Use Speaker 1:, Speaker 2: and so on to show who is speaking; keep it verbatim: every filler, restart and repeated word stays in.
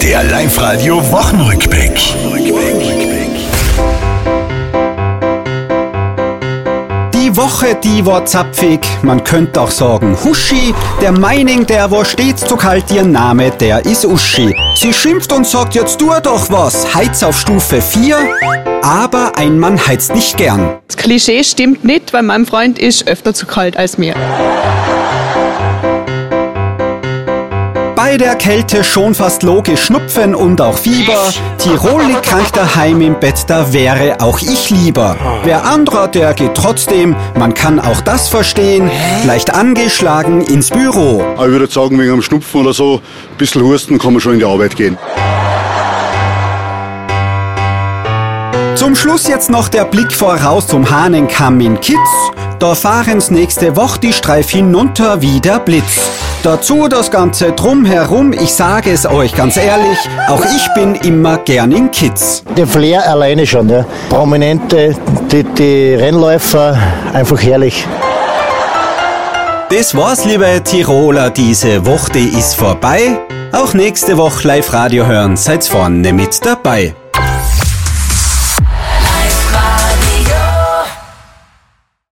Speaker 1: Der Live-Radio-Wochenrückblick.
Speaker 2: Die Woche, die war zapfig, man könnte auch sagen Huschi. Der Meining, der war stets zu kalt, ihr Name, der ist Uschi. Sie schimpft und sagt, jetzt tu doch was, Heiz auf Stufe vier. Aber ein Mann heizt nicht gern.
Speaker 3: Das Klischee stimmt nicht, weil mein Freund ist öfter zu kalt als mir.
Speaker 2: Bei der Kälte schon fast logisch Schnupfen und auch Fieber. Tirol liegt krank daheim im Bett, da wäre auch ich lieber. Wer anderer, der geht trotzdem, man kann auch das verstehen. Leicht angeschlagen ins Büro.
Speaker 4: Aber ich würde sagen, wegen einem Schnupfen oder so, ein bisschen Husten, kann man schon in die Arbeit gehen.
Speaker 2: Zum Schluss jetzt noch der Blick voraus zum Hahnenkamm in Kitz. Da fahren's nächste Woche die Streif hinunter wie der Blitz. Dazu das Ganze drumherum, ich sage es euch ganz ehrlich, auch ich bin immer gern in Kitz.
Speaker 5: Der Flair alleine schon, ja. Prominente, die, die Rennläufer, einfach herrlich.
Speaker 2: Das war's, liebe Tiroler, diese Woche, die ist vorbei. Auch nächste Woche Live-Radio hören, seid vorne mit dabei.